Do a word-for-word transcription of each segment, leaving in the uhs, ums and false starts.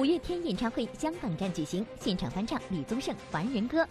五月天演唱会香港站举行，现场翻唱李宗盛《凡人歌》。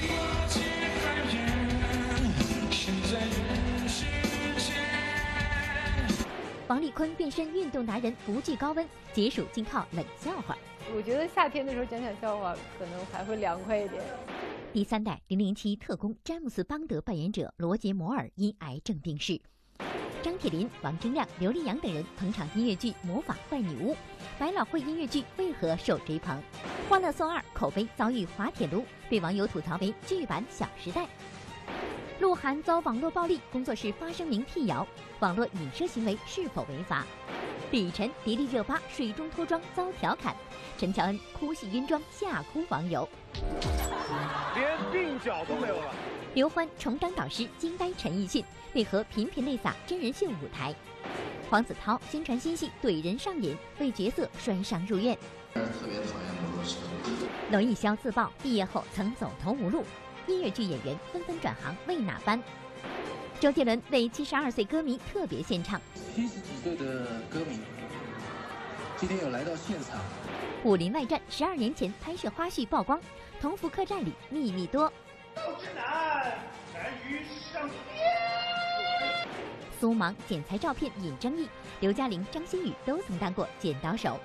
王丽坤变身运动达人，不惧高温，解暑仅靠冷笑话。 我觉得夏天的时候讲讲笑话，可能还会凉快一点。 第三代零零七特工詹姆斯邦德扮演者罗杰摩尔因癌症病逝。张铁林、王铮亮、刘力扬等人捧场音乐剧《魔法坏女巫》，百老汇音乐剧为何受追捧？《欢乐颂二》口碑遭遇滑铁卢，被网友吐槽为剧版《小时代》。鹿晗遭网络暴力，工作室发声明辟谣，网络影射行为是否违法？李晨迪丽热巴水中脱妆遭调侃，陈乔恩哭戏晕妆吓哭网友， 连鬓角都没有了。 刘欢重当导师惊呆陈奕迅，为何频频泪洒真人秀舞台？黄子韬宣传新戏怼人上瘾，为角色摔伤入院。 特别讨厌摩托车。 娄艺潇自曝毕业后曾走投无路，音乐剧演员纷纷转行为哪般？周杰伦为七十二岁歌迷特别献唱。 七十几岁的歌迷今天有来到现场。 《武林外传》十二年前拍摄花絮曝光，同福客栈里秘密多。 之难，难于上天。 苏芒剪裁照片引争议，刘嘉玲、张馨予都曾当过剪刀手。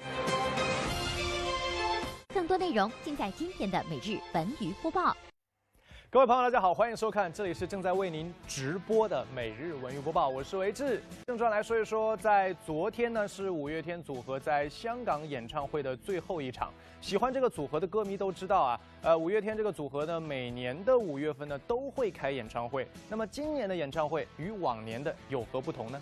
更多内容尽在今天的每日文娱播报。 各位朋友，大家好，欢迎收看，这里是正在为您直播的每日文娱播报，我是维志。正传来说一说，在昨天呢是五月天组合在香港演唱会的最后一场。喜欢这个组合的歌迷都知道啊，呃，五月天这个组合呢，每年的五月份呢都会开演唱会。那么今年的演唱会与往年的有何不同呢？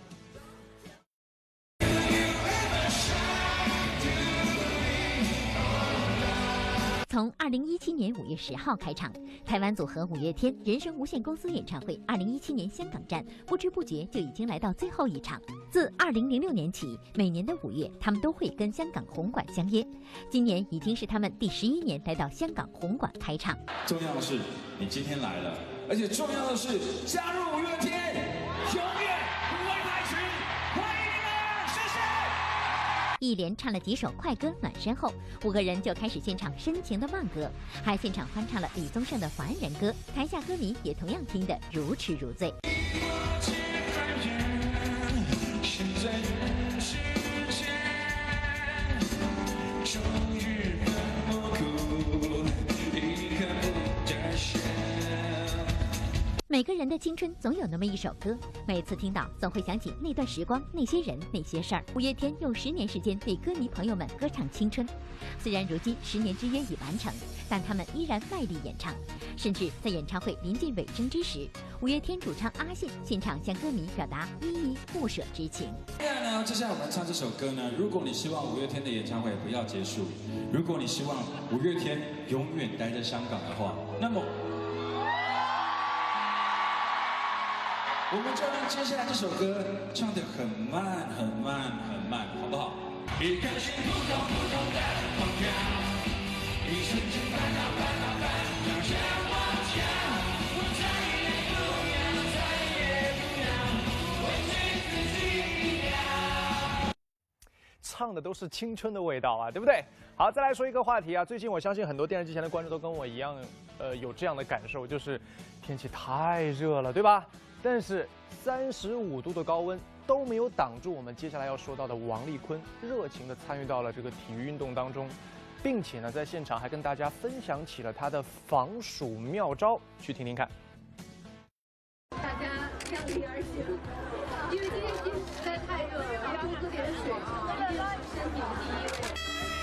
从二零一七年五月十号开场，台湾组合五月天人生无限公司演唱会二零一七年香港站，不知不觉就已经来到最后一场。自二零零六年起，每年的五月，他们都会跟香港红馆相约。今年已经是他们第十一年来到香港红馆开唱。 重要的是，你今天来了，而且重要的是，加入五月天，永远不会排斥，欢迎你们，谢谢。 一连唱了几首快歌暖身后，五个人就开始献唱深情的慢歌，还现场翻唱了李宗盛的《凡人歌》，台下歌迷也同样听得如痴如醉。每个人的青春总有那么一首歌，每次听到总会想起那段时光、那些人、那些事儿。五月天用十年时间为歌迷朋友们歌唱青春，虽然如今十年之约已完成，但他们依然卖力演唱。甚至在演唱会临近尾声之时，五月天主唱阿信现场向歌迷表达依依不舍之情。 接下来呢，接下来我们唱这首歌呢，如果你希望五月天的演唱会不要结束，如果你希望五月天永远待在香港的话，那么我们就让接下来这首歌唱得很慢很慢很慢，好不好？一颗心扑通扑通的狂跳，一瞬间烦恼烦恼烦恼向我跳，我再也不要再也不要委屈自己了。 唱的都是青春的味道啊，对不对？好，再来说一个话题啊，最近我相信很多电视机前的观众都跟我一样，呃，有这样的感受，就是天气太热了，对吧？但是三十五度的高温都没有挡住我们接下来要说到的王丽坤热情地参与到了这个体育运动当中，并且呢，在现场还跟大家分享起了他的防暑妙招，去听听看。 大家量力而行，因为今天天气实在太热了，要多喝点水啊，一定是身体的第一位。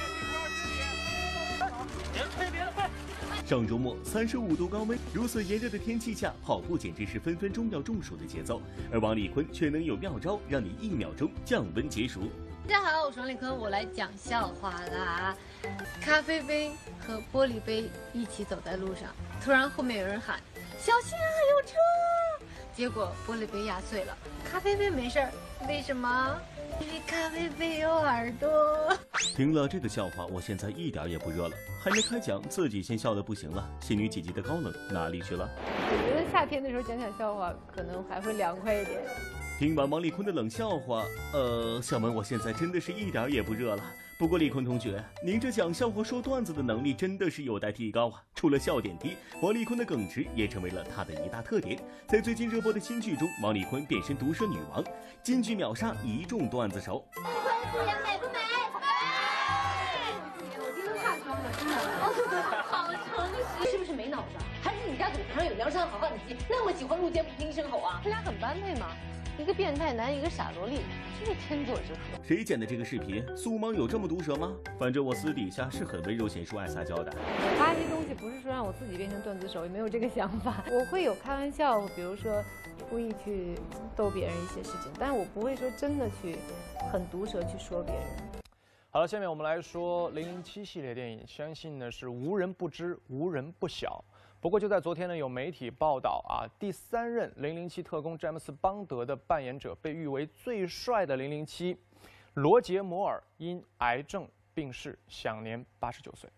上周末三十五度高温，如此炎热的天气下，跑步简直是分分钟要中暑的节奏。而王丽坤却能有妙招，让你一秒钟降温解暑。 大家好，我是王丽坤，我来讲笑话啦。咖啡杯和玻璃杯一起走在路上，突然后面有人喊：“小心啊，有车！”结果玻璃杯压碎了，咖啡杯没事儿，为什么？因为咖啡杯有耳朵。 听了这个笑话，我现在一点也不热了，还没开讲，自己先笑得不行了。仙女姐姐的高冷哪里去了？ 我觉得夏天的时候讲讲笑话，可能还会凉快一点。 听完王丽坤的冷笑话，呃，小文，我现在真的是一点也不热了。 不过丽坤同学，您这讲笑话说段子的能力真的是有待提高啊！除了笑点低，王丽坤的耿直也成为了他的一大特点。在最近热播的新剧中，王丽坤变身毒舌女王，金句秒杀一众段子手。 贵妇人美不美？美！我今天化妆了，真的。好诚实。是不是没脑子？还是你家嘴唇上有梁山好汉的基，那么喜欢入监不听声吼啊？ 他俩很般配嘛，一个变态男，一个傻萝莉，真是天作之合。 谁剪的这个视频？苏芒有这么毒舌吗？反正我私底下是很温柔贤淑爱撒娇的。 发一些东西不是说让我自己变成段子手，也没有这个想法。我会有开玩笑，比如说故意去逗别人一些事情，但是我不会说真的去很毒舌去说别人。 好了，下面我们来说零零七系列电影，相信呢是无人不知，无人不晓。不过就在昨天呢，有媒体报道啊，第三任零零七特工詹姆斯邦德的扮演者，被誉为最帅的零零七，罗杰摩尔因癌症病逝，享年八十九岁。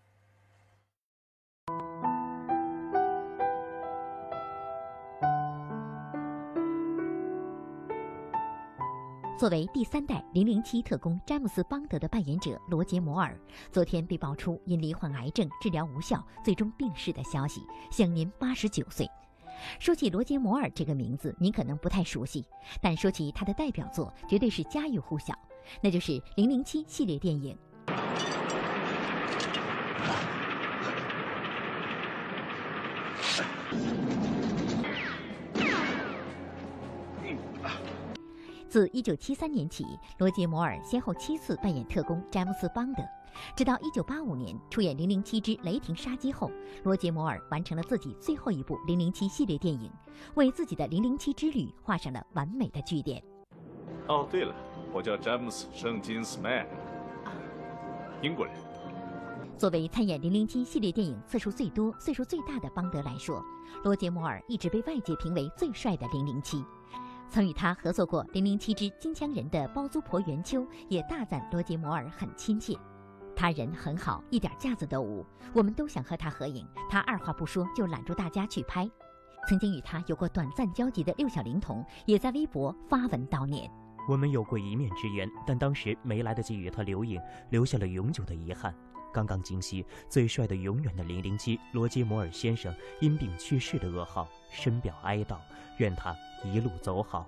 作为第三代零零七特工詹姆斯邦德的扮演者罗杰摩尔，昨天被爆出因罹患癌症治疗无效，最终病逝的消息，享年八十九岁。说起罗杰摩尔这个名字，您可能不太熟悉，但说起他的代表作，绝对是家喻户晓，那就是零零七系列电影。自一九七三年起，罗杰摩尔先后七次扮演特工詹姆斯邦德，直到一九八五年出演《零零七之雷霆杀机》后，罗杰摩尔完成了自己最后一部零零七系列电影，为自己的零零七之旅画上了完美的句点。 哦，对了，我叫詹姆斯·圣金斯曼，英国人。 作为参演零零七系列电影次数最多、岁数最大的邦德来说，罗杰摩尔一直被外界评为最帅的零零七。曾与他合作过《零零七之金枪人》的包租婆袁秋也大赞罗杰摩尔很亲切，他人很好，一点架子都无，我们都想和他合影，他二话不说就揽住大家去拍。曾经与他有过短暂交集的六小龄童也在微博发文悼念。 我们有过一面之缘，但当时没来得及与他留影，留下了永久的遗憾。刚刚惊悉最帅的永远的零零七罗杰摩尔先生因病去世的噩耗，深表哀悼，愿他一路走好。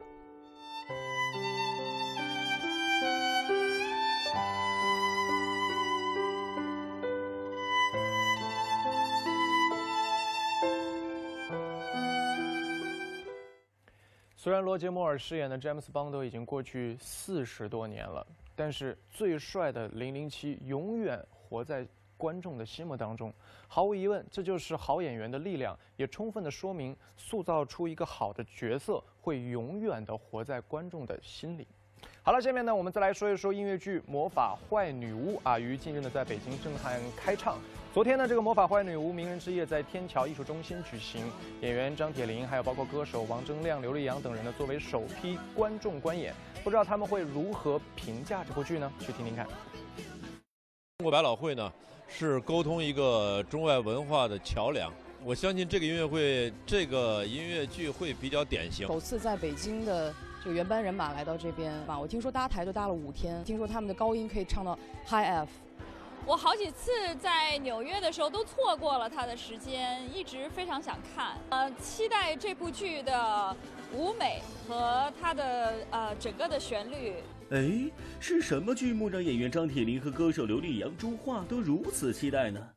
虽然罗杰摩尔饰演的詹姆斯邦德已经过去四十多年了，但是最帅的零零七永远活在观众的心目当中。毫无疑问，这就是好演员的力量，也充分的说明塑造出一个好的角色会永远的活在观众的心里。好了，下面呢，我们再来说一说音乐剧《魔法坏女巫》啊，于近日呢在北京震撼开唱。昨天呢，这个《魔法坏女巫》名人之夜在天桥艺术中心举行，演员张铁林还有包括歌手王铮亮、刘力扬等人呢作为首批观众观演，不知道他们会如何评价这部剧呢？去听听看。 中国百老汇呢是沟通一个中外文化的桥梁，我相信这个音乐会、这个音乐剧会比较典型。 首次在北京的这个原班人马来到这边吧，我听说搭台都搭了五天，听说他们的高音可以唱到 High F。 我好几次在纽约的时候都错过了它的时间，一直非常想看。呃，期待这部剧的舞美和它的呃整个的旋律。 哎，是什么剧目让演员张铁林和歌手刘力扬、朱桦都如此期待呢？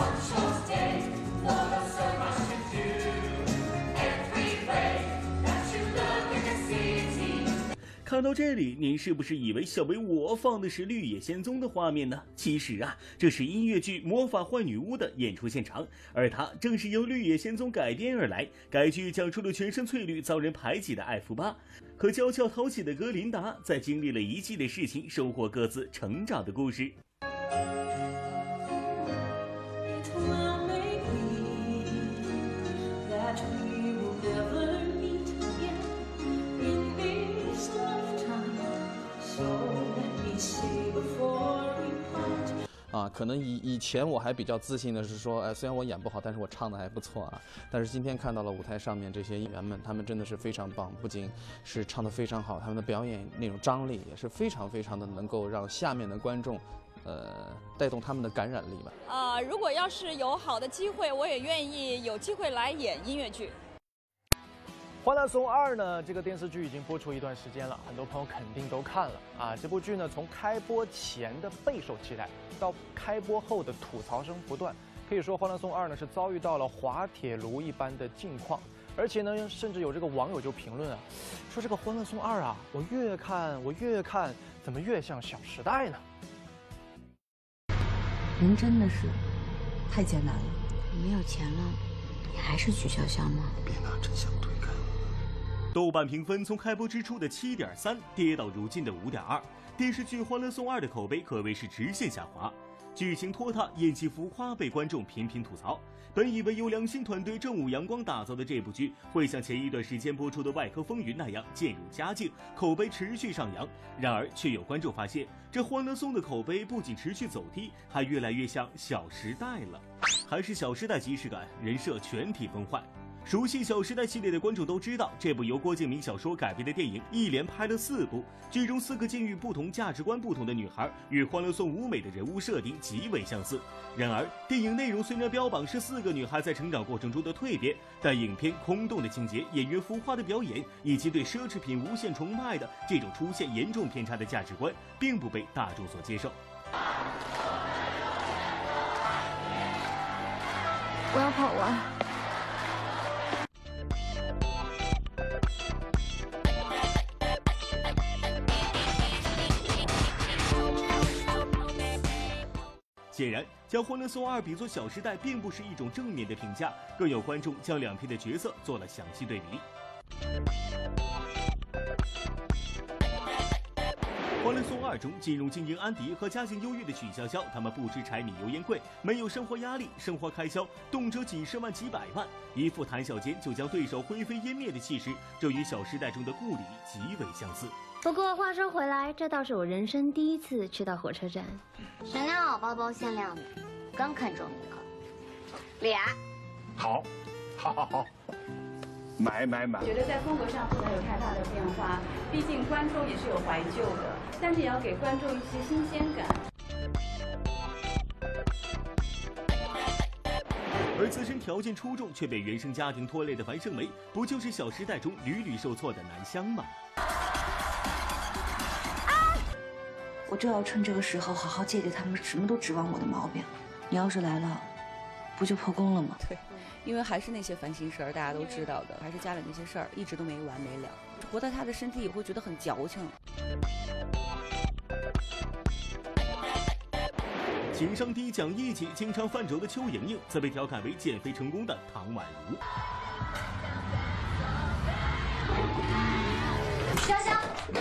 看到这里，您是不是以为小维我放的是《绿野仙踪》的画面呢？其实啊，这是音乐剧《魔法坏女巫》的演出现场，而它正是由《绿野仙踪》改编而来。该剧讲述了全身翠绿遭人排挤的艾芙巴和娇俏讨喜的格琳达，在经历了一系列事情，收获各自成长的故事。 啊，可能以以前我还比较自信的是说，哎，虽然我演不好，但是我唱的还不错啊。但是今天看到了舞台上面这些演员们，他们真的是非常棒，不仅是唱得非常好，他们的表演那种张力也是非常非常的能够让下面的观众， 呃带动他们的感染力吧。 啊、呃，如果要是有好的机会，我也愿意有机会来演音乐剧。 《欢乐颂二》呢，这个电视剧已经播出一段时间了，很多朋友肯定都看了啊。这部剧呢，从开播前的备受期待，到开播后的吐槽声不断，可以说《欢乐颂二》呢是遭遇到了滑铁卢一般的境况。而且呢，甚至有这个网友就评论啊，说这个《欢乐颂二》啊，我越看我越看，怎么越像《小时代》呢？ 人真的是太艰难了。你没有钱了，你还是曲筱绡吗？别拿真相推开我。 豆瓣评分从开播之初的七点三跌到如今的五点二，电视剧《欢乐颂二》的口碑可谓是直线下滑，剧情拖沓，演技浮夸，被观众频频吐槽。本以为由良心团队正午阳光打造的这部剧会像前一段时间播出的《外科风云》那样渐入佳境，口碑持续上扬。然而，却有观众发现，这《欢乐颂》的口碑不仅持续走低，还越来越像《小时代》了。还是《小时代》即视感，人设全体崩坏。熟悉《小时代》系列的观众都知道，这部由郭敬明小说改编的电影一连拍了四部，剧中四个境遇不同、价值观不同的女孩与《欢乐颂》舞美的人物设定极为相似。然而，电影内容虽然标榜是四个女孩在成长过程中的蜕变，但影片空洞的情节、演员浮夸的表演以及对奢侈品无限崇拜的这种出现严重偏差的价值观，并不被大众所接受。 我要跑完。 显然，将《欢乐颂二》比作《小时代》并不是一种正面的评价，更有观众将两片的角色做了详细对比。《欢乐颂二》中，金融精英安迪和家境优越的曲筱绡，他们不吃柴米油盐贵，没有生活压力，生活开销动辄几十万、几百万，一副谈笑间就将对手灰飞烟灭的气势，这与《小时代》中的顾里极为相似。 不过话说回来，这倒是我人生第一次去到火车站。 Chanel 包包限量的，刚看中一个，俩。 好，好好好，买买买。 觉得在风格上不能有太大的变化，毕竟观众也是有怀旧的，但是也要给观众一些新鲜感。 而自身条件出众却被原生家庭拖累的樊胜美，不就是《小时代》中屡屡受挫的南湘吗？ 我就要趁这个时候好好戒戒他们什么都指望我的毛病。你要是来了，不就破功了吗？ 对，因为还是那些烦心事儿，大家都知道的，还是家里那些事儿一直都没完没了。活在他的身体里会觉得很矫情。 情商低、讲义气、经常犯轴的邱莹莹，则被调侃为减肥成功的唐宛如。 筱绡。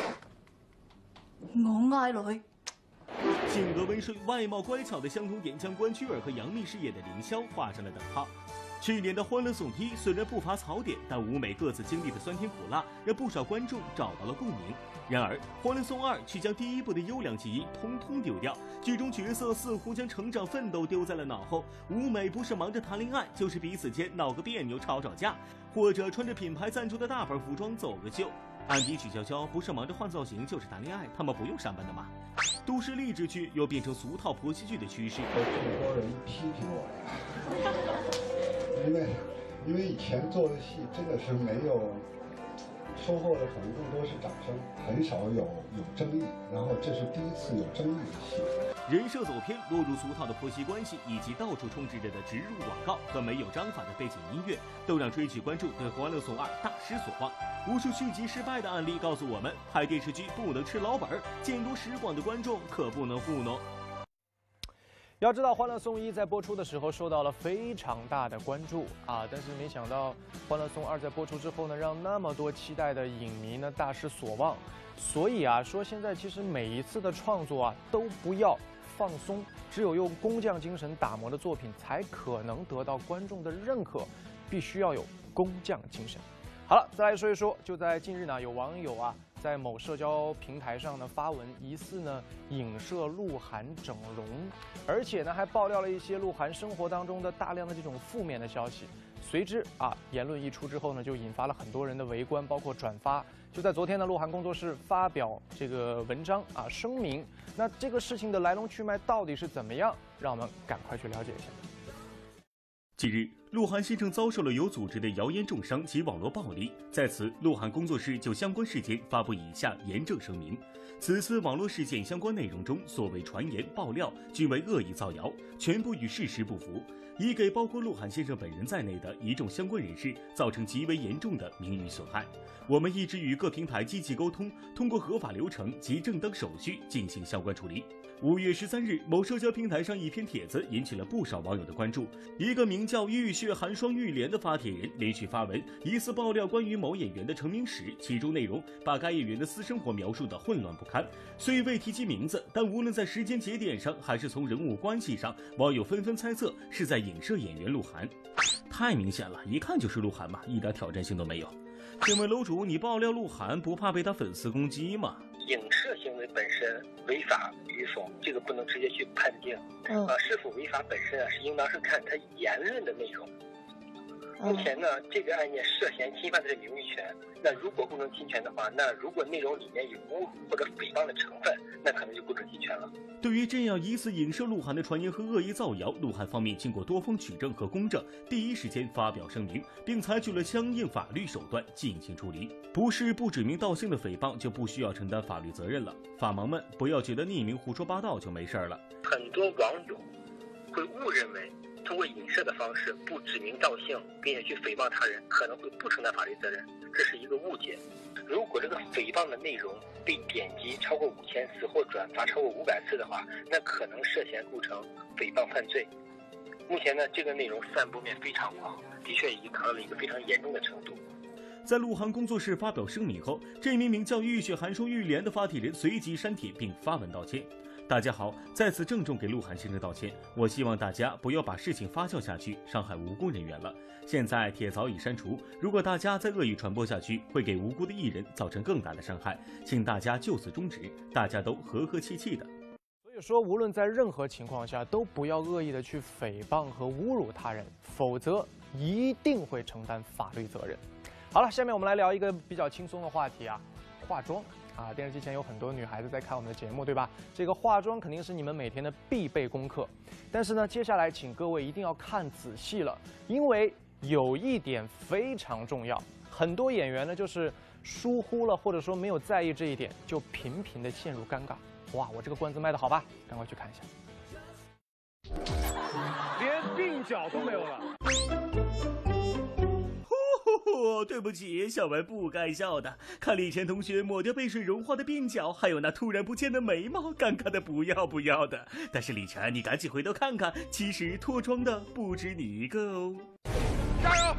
我爱女。 性格温顺、外貌乖巧的相同点，将关雎尔和杨幂饰演的凌霄画上了等号。去年的《欢乐颂一》虽然不乏槽点，但舞美各自经历的酸甜苦辣，让不少观众找到了共鸣。然而，《欢乐颂二》却将第一部的优良基因通通丢掉，剧中角色似乎将成长奋斗丢在了脑后。舞美不是忙着谈恋爱，就是彼此间闹个别扭、吵吵架，或者穿着品牌赞助的大牌服装走个秀。安迪、曲筱绡不是忙着换造型，就是谈恋爱，他们不用上班的吗？都市励志剧又变成俗套婆媳剧的趋势。 有很多人批评我呀，因为因为以前做的戏真的是没有收获的，可能更多是掌声，很少有有争议，然后这是第一次有争议的戏。 人设走偏，落入俗套的婆媳关系，以及到处充斥着的植入广告和没有章法的背景音乐，都让追剧观众对《欢乐颂二》大失所望。无数续集失败的案例告诉我们，拍电视剧不能吃老本，见多识广的观众可不能糊弄。 要知道，《欢乐颂一》在播出的时候受到了非常大的关注啊，但是没想到《欢乐颂二》在播出之后呢，让那么多期待的影迷呢大失所望。所以啊，说现在其实每一次的创作啊，都不要放松，只有用工匠精神打磨的作品，才可能得到观众的认可。必须要有工匠精神。好了，再来说一说，就在近日呢，有网友啊在某社交平台上呢发文，疑似呢影射鹿晗整容，而且呢还爆料了一些鹿晗生活当中的大量的这种负面的消息。随之啊，言论一出之后呢，就引发了很多人的围观，包括转发。就在昨天呢，鹿晗工作室发表这个文章啊声明那这个事情的来龙去脉到底是怎么样？让我们赶快去了解一下。 近日，鹿晗先生遭受了有组织的谣言重伤及网络暴力，在此，鹿晗工作室就相关事件发布以下严正声明：此次网络事件相关内容中所谓传言、爆料，均为恶意造谣，全部与事实不符，已给包括鹿晗先生本人在内的一众相关人士造成极为严重的名誉损害。我们一直与各平台积极沟通，通过合法流程及正当手续进行相关处理。五月十三日，某社交平台上一篇帖子引起了不少网友的关注。一个名叫浴血寒霜玉莲的发帖人连续发文，疑似爆料关于某演员的成名史，其中内容把该演员的私生活描述得混乱不堪。虽未提及名字，但无论在时间节点上，还是从人物关系上，网友纷纷猜测是在影射演员鹿晗。太明显了，一看就是鹿晗嘛，一点挑战性都没有。请问楼主，你爆料鹿晗不怕被他粉丝攻击吗？ 影射行为本身违法与否，这个不能直接去判定。嗯，啊，是否违法本身啊，是应当是看他言论的内容。目前呢，这个案件涉嫌侵犯的是名誉权。那如果构成侵权的话，那如果内容里面有侮辱或者诽谤的成分，那可能就构成侵权了。 对于这样疑似影射鹿晗的传言和恶意造谣，鹿晗方面经过多方取证和公证，第一时间发表声明，并采取了相应法律手段进行处理。不是不指名道姓的诽谤就不需要承担法律责任了。法盲们不要觉得匿名胡说八道就没事了。 很多网友会误认为通过影射的方式不指名道姓，并且去诽谤他人，可能会不承担法律责任，这是一个误解。如果这个诽谤的内容被点击超过五千次或转发超过五百次的话，那可能涉嫌构成诽谤犯罪。目前呢，这个内容散播面非常广，的确已经达到了一个非常严重的程度。 在鹿晗工作室发表声明后，这名名叫浴血寒霜玉莲的发帖人随即删帖并发文道歉。大家好，在此郑重给鹿晗先生道歉。我希望大家不要把事情发酵下去，伤害无辜人员了。现在帖早已删除，如果大家再恶意传播下去，会给无辜的艺人造成更大的伤害，请大家就此终止，大家都和和气气的。 所以说，无论在任何情况下，都不要恶意的去诽谤和侮辱他人，否则一定会承担法律责任。好了，下面我们来聊一个比较轻松的话题啊，化妆。啊，电视机前有很多女孩子在看我们的节目，对吧？这个化妆肯定是你们每天的必备功课。但是呢，接下来请各位一定要看仔细了，因为有一点非常重要。很多演员呢，就是疏忽了，或者说没有在意这一点，就频频的陷入尴尬。哇，我这个关子卖的好吧？赶快去看一下。 连鬓角都没有了。 哦，对不起，小文不该笑的。看李晨同学抹掉被水融化的鬓角，还有那突然不见的眉毛，尴尬的不要不要的。但是李晨，你赶紧回头看看，其实脱妆的不止你一个哦。 加油！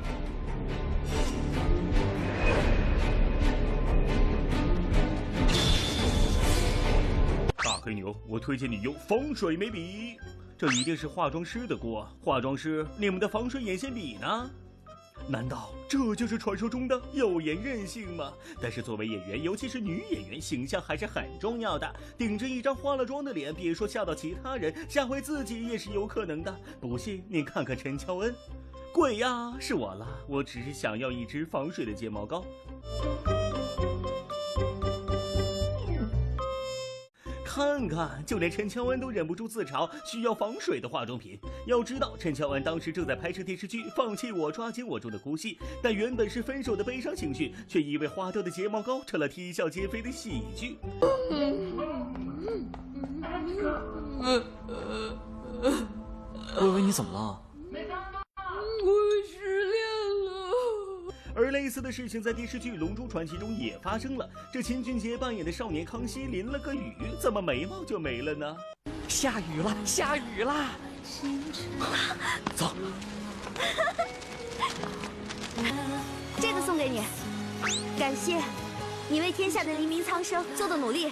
大黑牛，我推荐你用防水眉笔。这一定是化妆师的锅。化妆师，你们的防水眼线笔呢？难道这就是传说中的有颜任性吗？但是作为演员，尤其是女演员，形象还是很重要的。顶着一张化了妆的脸，别说吓到其他人，吓坏自己也是有可能的。不信您看看陈乔恩。鬼呀，是我了，我只是想要一支防水的睫毛膏。看看，就连陈乔恩都忍不住自嘲需要防水的化妆品。要知道，陈乔恩当时正在拍摄电视剧《放弃我，抓紧我》中的哭戏，但原本是分手的悲伤情绪，却因为花掉的睫毛膏成了啼笑皆非的喜剧。 微微，你怎么了？ 我失恋了。 而类似的事情在电视剧《龙珠传奇》中也发生了。这秦俊杰扮演的少年康熙淋了个雨，怎么眉毛就没了呢？ 下雨了，下雨了！走。 这个送给你，感谢你为天下的黎民苍生做的努力。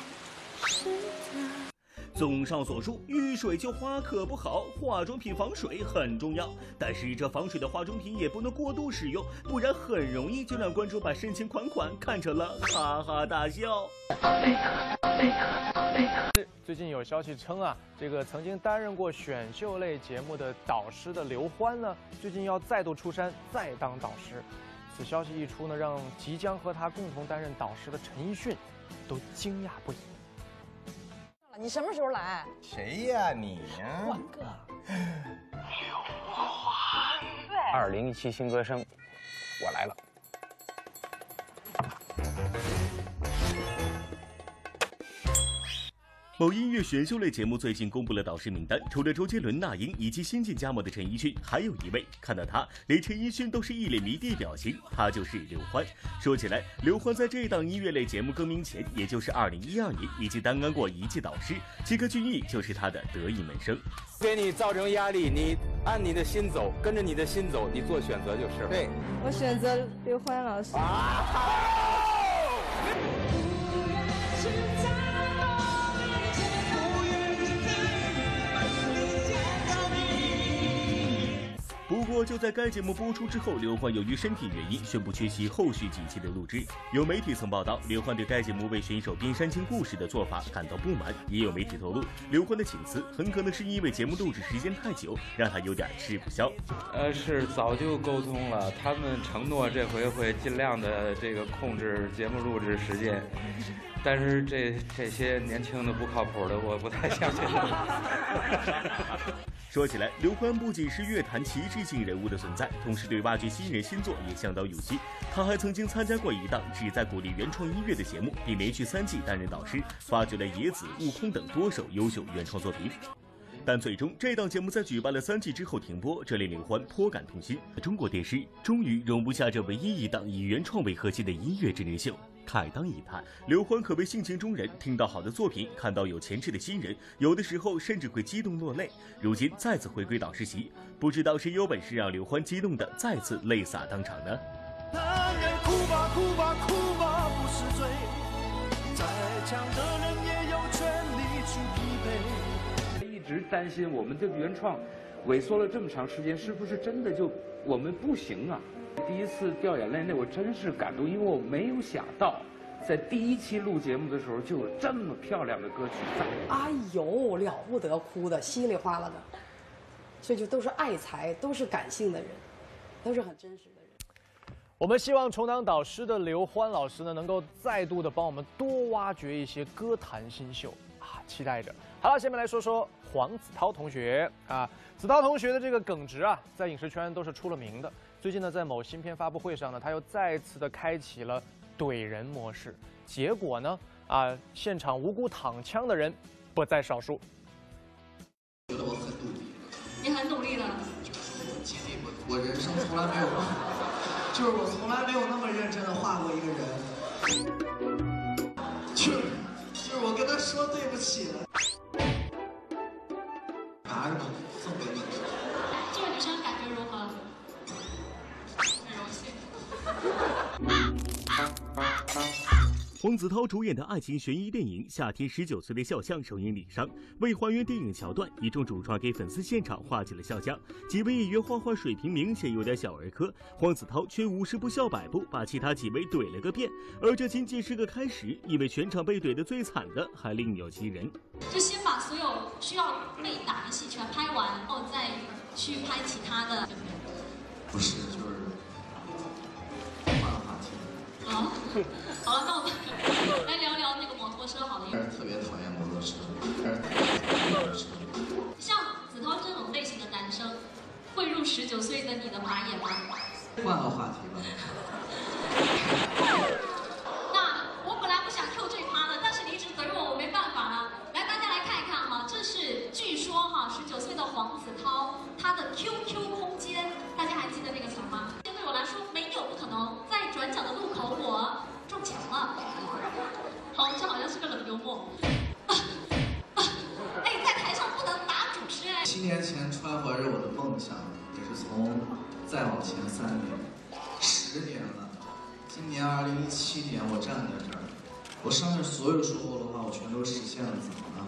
综上所述，遇水就花可不好，化妆品防水很重要。但是这防水的化妆品也不能过度使用，不然很容易就让观众把深情款款看成了哈哈大笑。 最近有消息称啊，这个曾经担任过选秀类节目的导师的刘欢呢，最近要再度出山再当导师。此消息一出呢，让即将和他共同担任导师的陈奕迅都惊讶不已。 你什么时候来？ 谁呀你呀？ 换个。 刘欢。对。二零一七新歌声，我来了。 某音乐选秀类节目最近公布了导师名单，除了周杰伦、那英以及新晋加盟的陈奕迅，还有一位，看到他，连陈奕迅都是一脸迷弟表情，他就是刘欢。说起来，刘欢在这档音乐类节目更名前，也就是二零一二年，已经担纲过一季导师，吉克隽逸就是他的得意门生。 给你造成压力，你按你的心走，跟着你的心走，你做选择就是。对， 我选择刘欢老师。啊不过，就在该节目播出之后，刘欢由于身体原因宣布缺席后续几期的录制。有媒体曾报道，刘欢对该节目为选手编煽情故事的做法感到不满。也有媒体透露，刘欢的请辞很可能是因为节目录制时间太久，让他有点吃不消。 呃，是早就沟通了，他们承诺这回会尽量的这个控制节目录制时间。但是这这些年轻的不靠谱的，我不太相信。 说起来，刘欢不仅是乐坛旗帜性人物的存在，同时对挖掘新人新作也相当有心。他还曾经参加过一档旨在鼓励原创音乐的节目，并连续三季担任导师，发掘了野子、悟空等多首优秀原创作品。但最终，这档节目在举办了三季之后停播，这令刘欢颇感痛心。中国电视终于容不下这唯一一档以原创为核心的音乐真人秀。慨当一叹，刘欢可谓性情中人，听到好的作品，看到有潜质的新人，有的时候甚至会激动落泪。如今再次回归导师席，不知道谁有本事让刘欢激动的再次泪洒当场呢？ 男人哭吧哭吧哭吧不是罪，再强的人也有权利去疲惫。 一直担心我们这个原创萎缩了这么长时间，是不是真的就我们不行啊？第一次掉眼泪，那我真是感动，因为我没有想到，在第一期录节目的时候就有这么漂亮的歌曲在。 哎呦，了不得，哭的稀里哗啦的，所以就都是爱才，都是感性的人，都是很真实的人。 我们希望充当导师的刘欢老师呢，能够再度的帮我们多挖掘一些歌坛新秀啊，期待着。好了，下面来说说黄子韬同学啊，子韬同学的这个耿直啊，在影视圈都是出了名的。最近呢，在某新片发布会上呢，他又再次的开启了怼人模式，结果呢，啊，现场无辜躺枪的人不在少数。 觉得我很努力， 你很努力了。 我尽力，我我人生从来没有，就是我从来没有那么认真的画过一个人，就是就是我跟他说对不起了。拿着送给你。 这位女生感觉如何？很荣幸。 黄子韬主演的爱情悬疑电影《夏天十九岁的笑匠》首映礼上，为还原电影桥段，一众主创给粉丝现场画起了笑匠。几位演员画画水平明显有点小儿科，黄子韬却五十步笑百步，把其他几位怼了个遍。而这仅仅是个开始，因为全场被怼得最惨的还另有其人。 就先把所有需要被打的戏全拍完，然后再去拍其他的。 不是，就是换个话题。 啊，好了，那我们来聊聊那个摩托车好了。 还是特别讨厌摩托车，还是特别讨厌摩托车。 像子韬这种类型的男生，会入十九岁的你的马眼吗？ 换个话题吧。 那我本来不想 Q 这趴的，但是你一直怼我，我没办法了。来，大家来看一看哈，这是据说哈，十九岁的黄子韬他的 Q Q 空间，大家还记得那个词吗？对我来说没有不可能，在转角的路口我撞墙了。好，这好像是个冷幽默。哎，在台上不能打主持人。 七年前川河是我的梦想，也是从再往前三年，十年了。今年二零一七年，我站在这儿，我上面所有说过的话，我全都实现了，怎么了？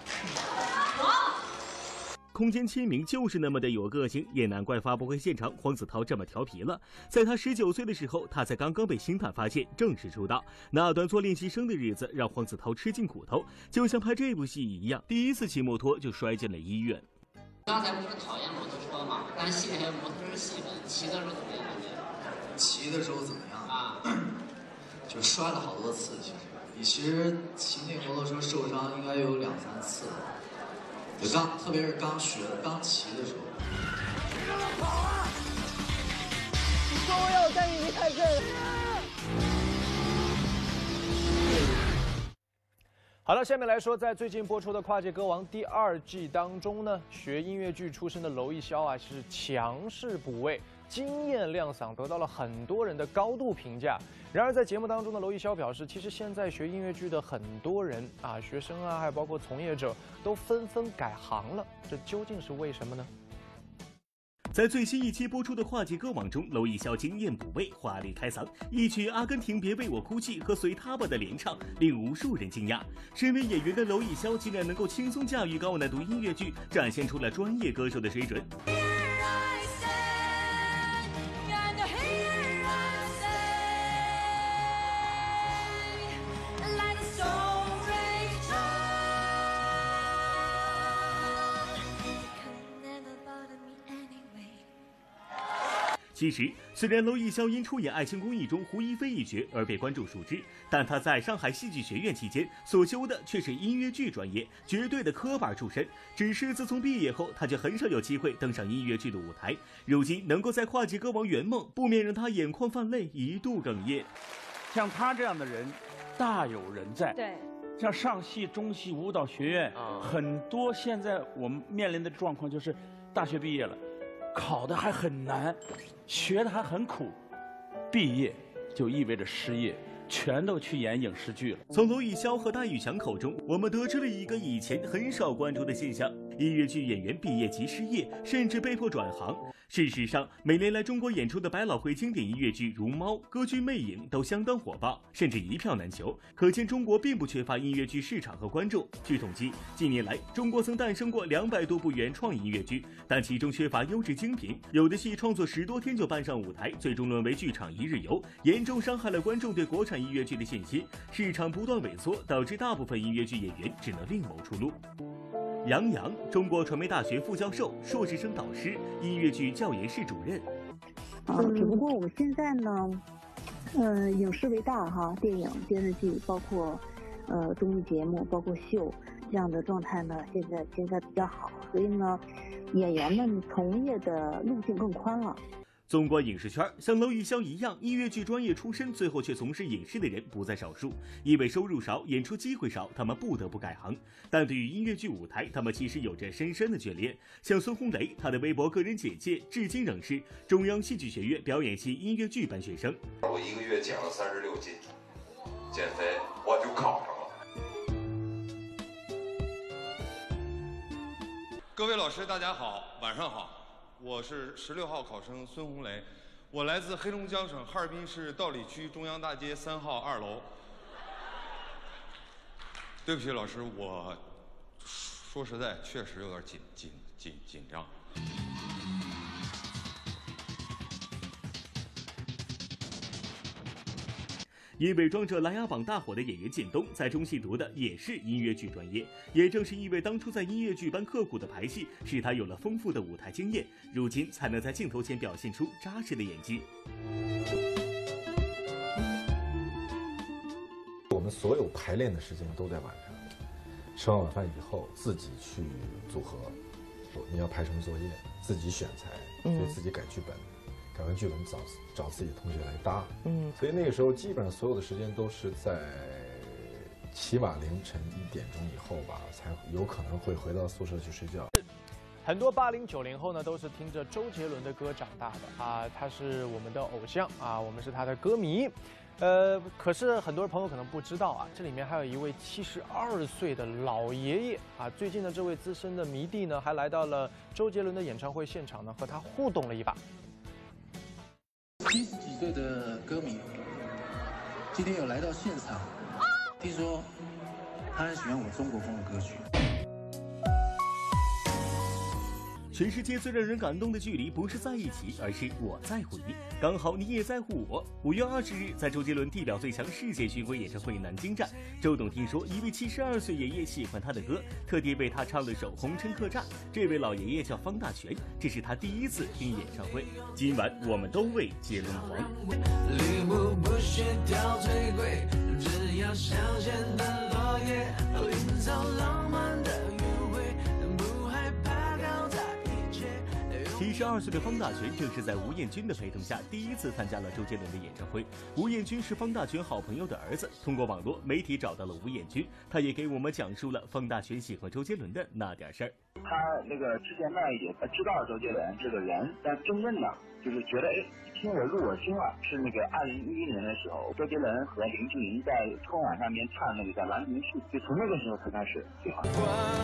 空间签名就是那么的有个性，也难怪发布会现场黄子韬这么调皮了。在他十九岁的时候，他才刚刚被星探发现，正式出道。那段做练习生的日子让黄子韬吃尽苦头，就像拍这部戏一样，第一次骑摩托就摔进了医院。 刚才不是讨厌摩托车吗？但戏里还有摩托车戏份，骑的时候怎么样？ 骑的时候怎么样啊？就摔了好多次，其实你其实骑那摩托车受伤应该有两三次了，就刚特别是刚学刚骑的时候。 跑啊！你说我要带你离开这里。 好了，下面来说，在最近播出的《跨界歌王》第二季当中呢，学音乐剧出身的娄艺潇啊是强势补位，惊艳亮嗓，得到了很多人的高度评价。然而在节目当中的娄艺潇表示，其实现在学音乐剧的很多人啊，学生啊，还有包括从业者，都纷纷改行了，这究竟是为什么呢？ 在最新一期播出的《跨界歌王》中，娄艺潇惊艳补位，华丽开嗓，一曲《阿根廷别为我哭泣》和随他吧的联唱，令无数人惊讶。身为演员的娄艺潇竟然能够轻松驾驭高难度音乐剧，展现出了专业歌手的水准。其实，虽然娄艺潇因出演《爱情公寓》中胡一菲一角而被观众熟知，但她在上海戏剧学院期间所修的却是音乐剧专业，绝对的科班出身。只是自从毕业后，她就很少有机会登上音乐剧的舞台。如今能够在《跨界歌王》圆梦，不免让她眼眶泛泪，一度哽咽。 像她这样的人，大有人在。 对。 像上戏、中戏、舞蹈学院，啊、很多现在我们面临的状况就是，大学毕业了，考的还很难。学的还很苦，毕业就意味着失业，全都去演影视剧了。 从娄艺潇和戴玉强口中，我们得知了一个以前很少关注的现象：音乐剧演员毕业即失业，甚至被迫转行。事实上，每年来中国演出的百老汇经典音乐剧如《猫》、歌剧《魅影》都相当火爆，甚至一票难求。可见中国并不缺乏音乐剧市场和观众。据统计，近年来中国曾诞生过两百多部原创音乐剧，但其中缺乏优质精品。有的戏创作十多天就搬上舞台，最终沦为剧场一日游，严重伤害了观众对国产音乐剧的信心。市场不断萎缩，导致大部分音乐剧演员只能另谋出路。杨洋，中国传媒大学副教授、硕士生导师，音乐剧教研室主任。 啊，只不过我们现在呢，呃，影视为大哈，电影、电视剧，包括呃综艺节目，包括秀这样的状态呢，现在现在比较好，所以呢，演员们从业的路径更宽了。 纵观影视圈，像娄艺潇一样音乐剧专业出身，最后却从事影视的人不在少数。因为收入少、演出机会少，他们不得不改行。但对于音乐剧舞台，他们其实有着深深的眷恋。像孙红雷，他的微博个人简介至今仍是中央戏剧学院表演系音乐剧班学生。 我一个月减了三十六斤，减肥我就考上了。各位老师，大家好，晚上好。我是十六号考生孙红雷，我来自黑龙江省哈尔滨市道里区中央大街三号二楼。对不起，老师，我说实在确实有点紧紧紧紧张。 因伪装着琅琊榜大火的演员靳东，在中戏读的也是音乐剧专业。也正是因为当初在音乐剧班刻苦的排戏，使他有了丰富的舞台经验，如今才能在镜头前表现出扎实的演技。 我们所有排练的时间都在晚上，吃完晚饭以后自己去组合，说你要排什么作业，自己选材，所以自己改剧本。改完剧本找找自己的同学来搭，嗯，所以那个时候基本上所有的时间都是在起码凌晨一点钟以后吧，才有可能会回到宿舍去睡觉。 很多八零九零后呢都是听着周杰伦的歌长大的啊，他是我们的偶像啊，我们是他的歌迷。呃，可是很多朋友可能不知道啊，这里面还有一位七十二岁的老爷爷啊。最近呢，这位资深的迷弟呢还来到了周杰伦的演唱会现场呢，和他互动了一把。 七十几岁的歌迷今天有来到现场，听说他很喜欢我中国风的歌曲。 全世界最让人感动的距离不是在一起，而是我在乎你，刚好你也在乎我。五月二十日，在周杰伦地表最强世界巡回演唱会南京站，周董听说一位七十二岁爷爷喜欢他的歌，特地为他唱了首《红尘客栈》。这位老爷爷叫方大全，这是他第一次听演唱会。今晚我们都为杰伦狂。 礼物不需挑最贵，只要香榭的落叶，营造浪漫的约会，不害怕搞砸一切。 七十二岁的方大全正是在吴彦军的陪同下，第一次参加了周杰伦的演唱会。吴彦军是方大全好朋友的儿子，通过网络媒体找到了吴彦军，他也给我们讲述了方大全喜欢周杰伦的那点事儿。 他那个之前呢也知道周杰伦这个人，但真正的就是觉得哎，听我入我心了。是那个二零一一年的时候，周杰伦和林志玲在春晚上面唱那个叫《兰亭序》，就从那个时候才开始喜欢。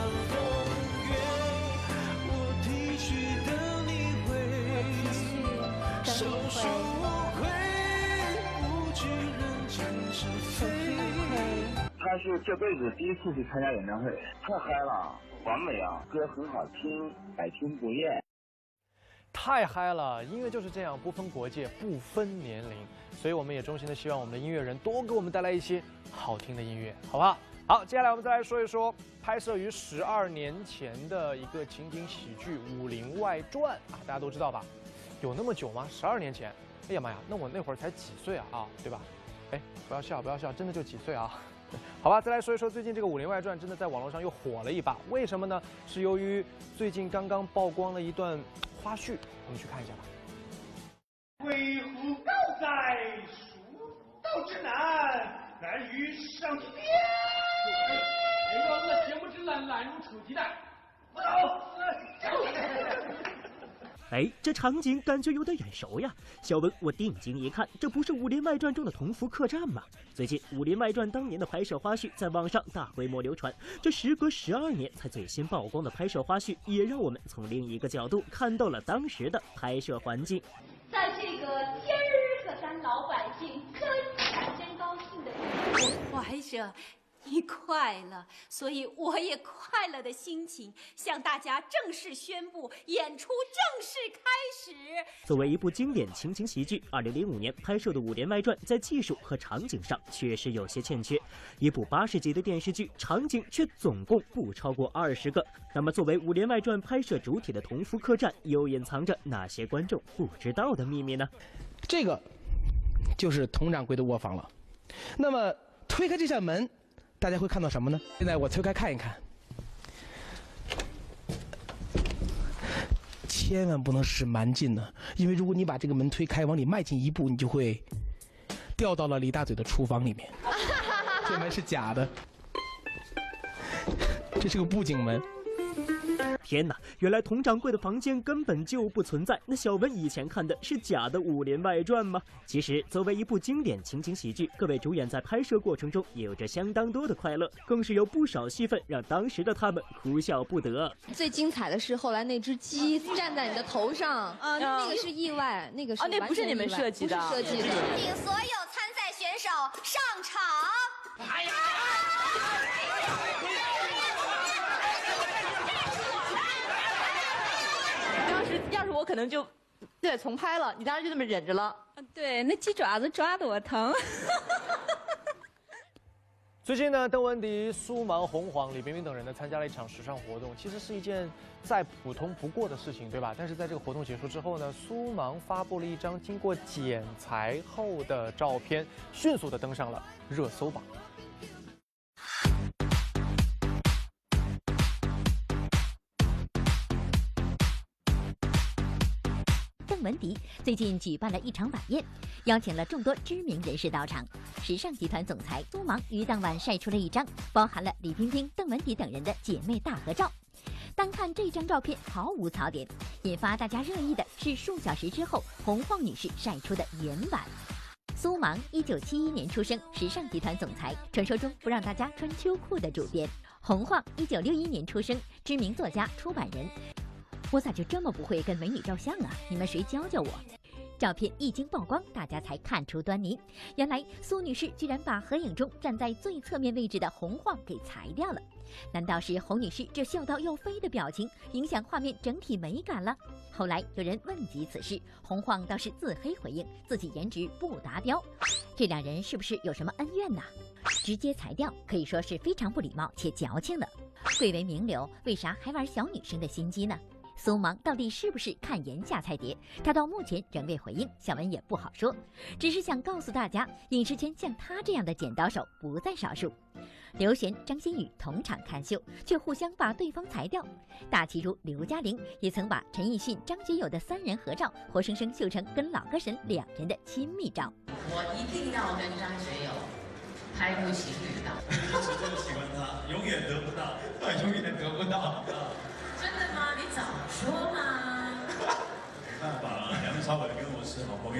他是这辈子第一次去参加演唱会，太嗨了，完美啊，歌很好听，百听不厌。 太嗨了！音乐就是这样，不分国界，不分年龄，所以我们也衷心的希望我们的音乐人多给我们带来一些好听的音乐，好不好？好，接下来我们再来说一说拍摄于十二年前的一个情景喜剧《武林外传》啊，大家都知道吧？有那么久吗？十二年前？哎呀妈呀，那我那会儿才几岁啊啊，对吧？哎，不要笑，不要笑，真的就几岁啊。好吧，再来说一说最近这个《武林外传》真的在网络上又火了一把，为什么呢？是由于最近刚刚曝光了一段花絮，我们去看一下吧。 为虎高哉，蜀道之难，难于上天。哎呦，我节目之难，难如扯鸡蛋。我走。 哎，这场景感觉有点眼熟呀！小文，我定睛一看，这不是《武林外传》中的同福客栈吗？最近，《武林外传》当年的拍摄花絮在网上大规模流传，这时隔十二年才最新曝光的拍摄花絮，也让我们从另一个角度看到了当时的拍摄环境。 在这个今儿个咱老百姓真开真高兴的日子， 我怀着你快乐，所以我也快乐的心情，向大家正式宣布演出正式开始。 作为一部经典情景喜剧，二零零五年拍摄的《武林外传》在技术和场景上确实有些欠缺。一部八十集的电视剧，场景却总共不超过二十个。那么，作为《武林外传》拍摄主体的同福客栈，又隐藏着哪些观众不知道的秘密呢？ 这个就是佟掌柜的卧房了。那么，推开这扇门，大家会看到什么呢？现在我推开看一看，千万不能使蛮劲呢，因为如果你把这个门推开，往里迈进一步，你就会掉到了李大嘴的厨房里面。这门是假的，这是个布景门。 天哪，原来佟掌柜的房间根本就不存在。那小文以前看的是假的《武林外传》吗？其实，作为一部经典情景喜剧，各位主演在拍摄过程中也有着相当多的快乐，更是有不少戏份让当时的他们哭笑不得。 最精彩的是后来那只鸡站在你的头上，啊，那个是意外，那个是啊，那不是你们设计的， 不是设计的。 请所有参赛选手上场。哎呀！ 要是我可能就就得重拍了，你当时就这么忍着了。 对，那鸡爪子抓得我疼。 最近呢，邓文迪、苏芒、洪晃、李冰冰等人呢参加了一场时尚活动，其实是一件再普通不过的事情，对吧？但是在这个活动结束之后呢，苏芒发布了一张经过剪裁后的照片，迅速的登上了热搜榜。 邓文迪最近举办了一场晚宴，邀请了众多知名人士到场。时尚集团总裁苏芒于当晚晒出了一张包含了李冰冰、邓文迪等人的姐妹大合照。单看这张照片毫无槽点，引发大家热议的是数小时之后洪晃女士晒出的原版。苏芒一九七一年出生，时尚集团总裁，传说中不让大家穿秋裤的主编。洪晃一九六一年出生，知名作家、出版人。我咋就这么不会跟美女照相啊？你们谁教教我？ 照片一经曝光，大家才看出端倪。原来苏女士居然把合影中站在最侧面位置的洪晃给裁掉了。难道是洪女士这笑到要飞的表情影响画面整体美感了？后来有人问及此事，洪晃倒是自黑回应自己颜值不达标。这两人是不是有什么恩怨呢？直接裁掉可以说是非常不礼貌且矫情的。贵为名流，为啥还玩小女生的心机呢？苏芒到底是不是看颜下菜碟？他到目前仍未回应，小文也不好说，只是想告诉大家，影视圈像他这样的剪刀手不在少数。刘璇、张馨予同场看秀，却互相把对方裁掉。大旗如刘嘉玲也曾把陈奕迅、张学友的三人合照活生生秀成跟老歌神两人的亲密照。 我一定要跟张学友拍部情侣档。 一直这么喜欢他，永远得不到，永远得不到。 真的吗？你早说嘛！ 没办法了，梁朝伟跟我是好朋友。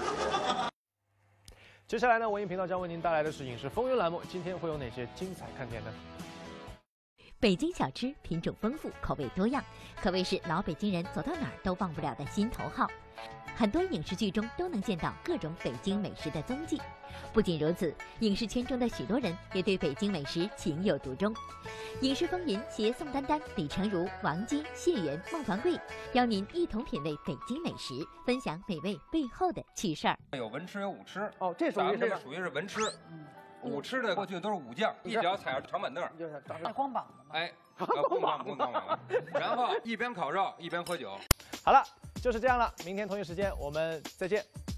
接下来呢，文艺频道将为您带来的是影视风云栏目，今天会有哪些精彩看点呢？ 北京小吃品种丰富，口味多样，可谓是老北京人走到哪儿都忘不了的心头好。很多影视剧中都能见到各种北京美食的踪迹。不仅如此，影视圈中的许多人也对北京美食情有独钟。影视风云携宋丹丹、李成儒、王姬、谢元、孟凡贵，邀您一同品味北京美食，分享美味背后的趣事儿。 有文吃有武吃哦，这属于咱们这属于是文吃。武吃的过去都是武将，一脚踩着长板凳， 就是带光膀子。哎，不用绑，不用绑了。然后一边烤肉一边喝酒。 好了，就是这样了。明天同一时间我们再见。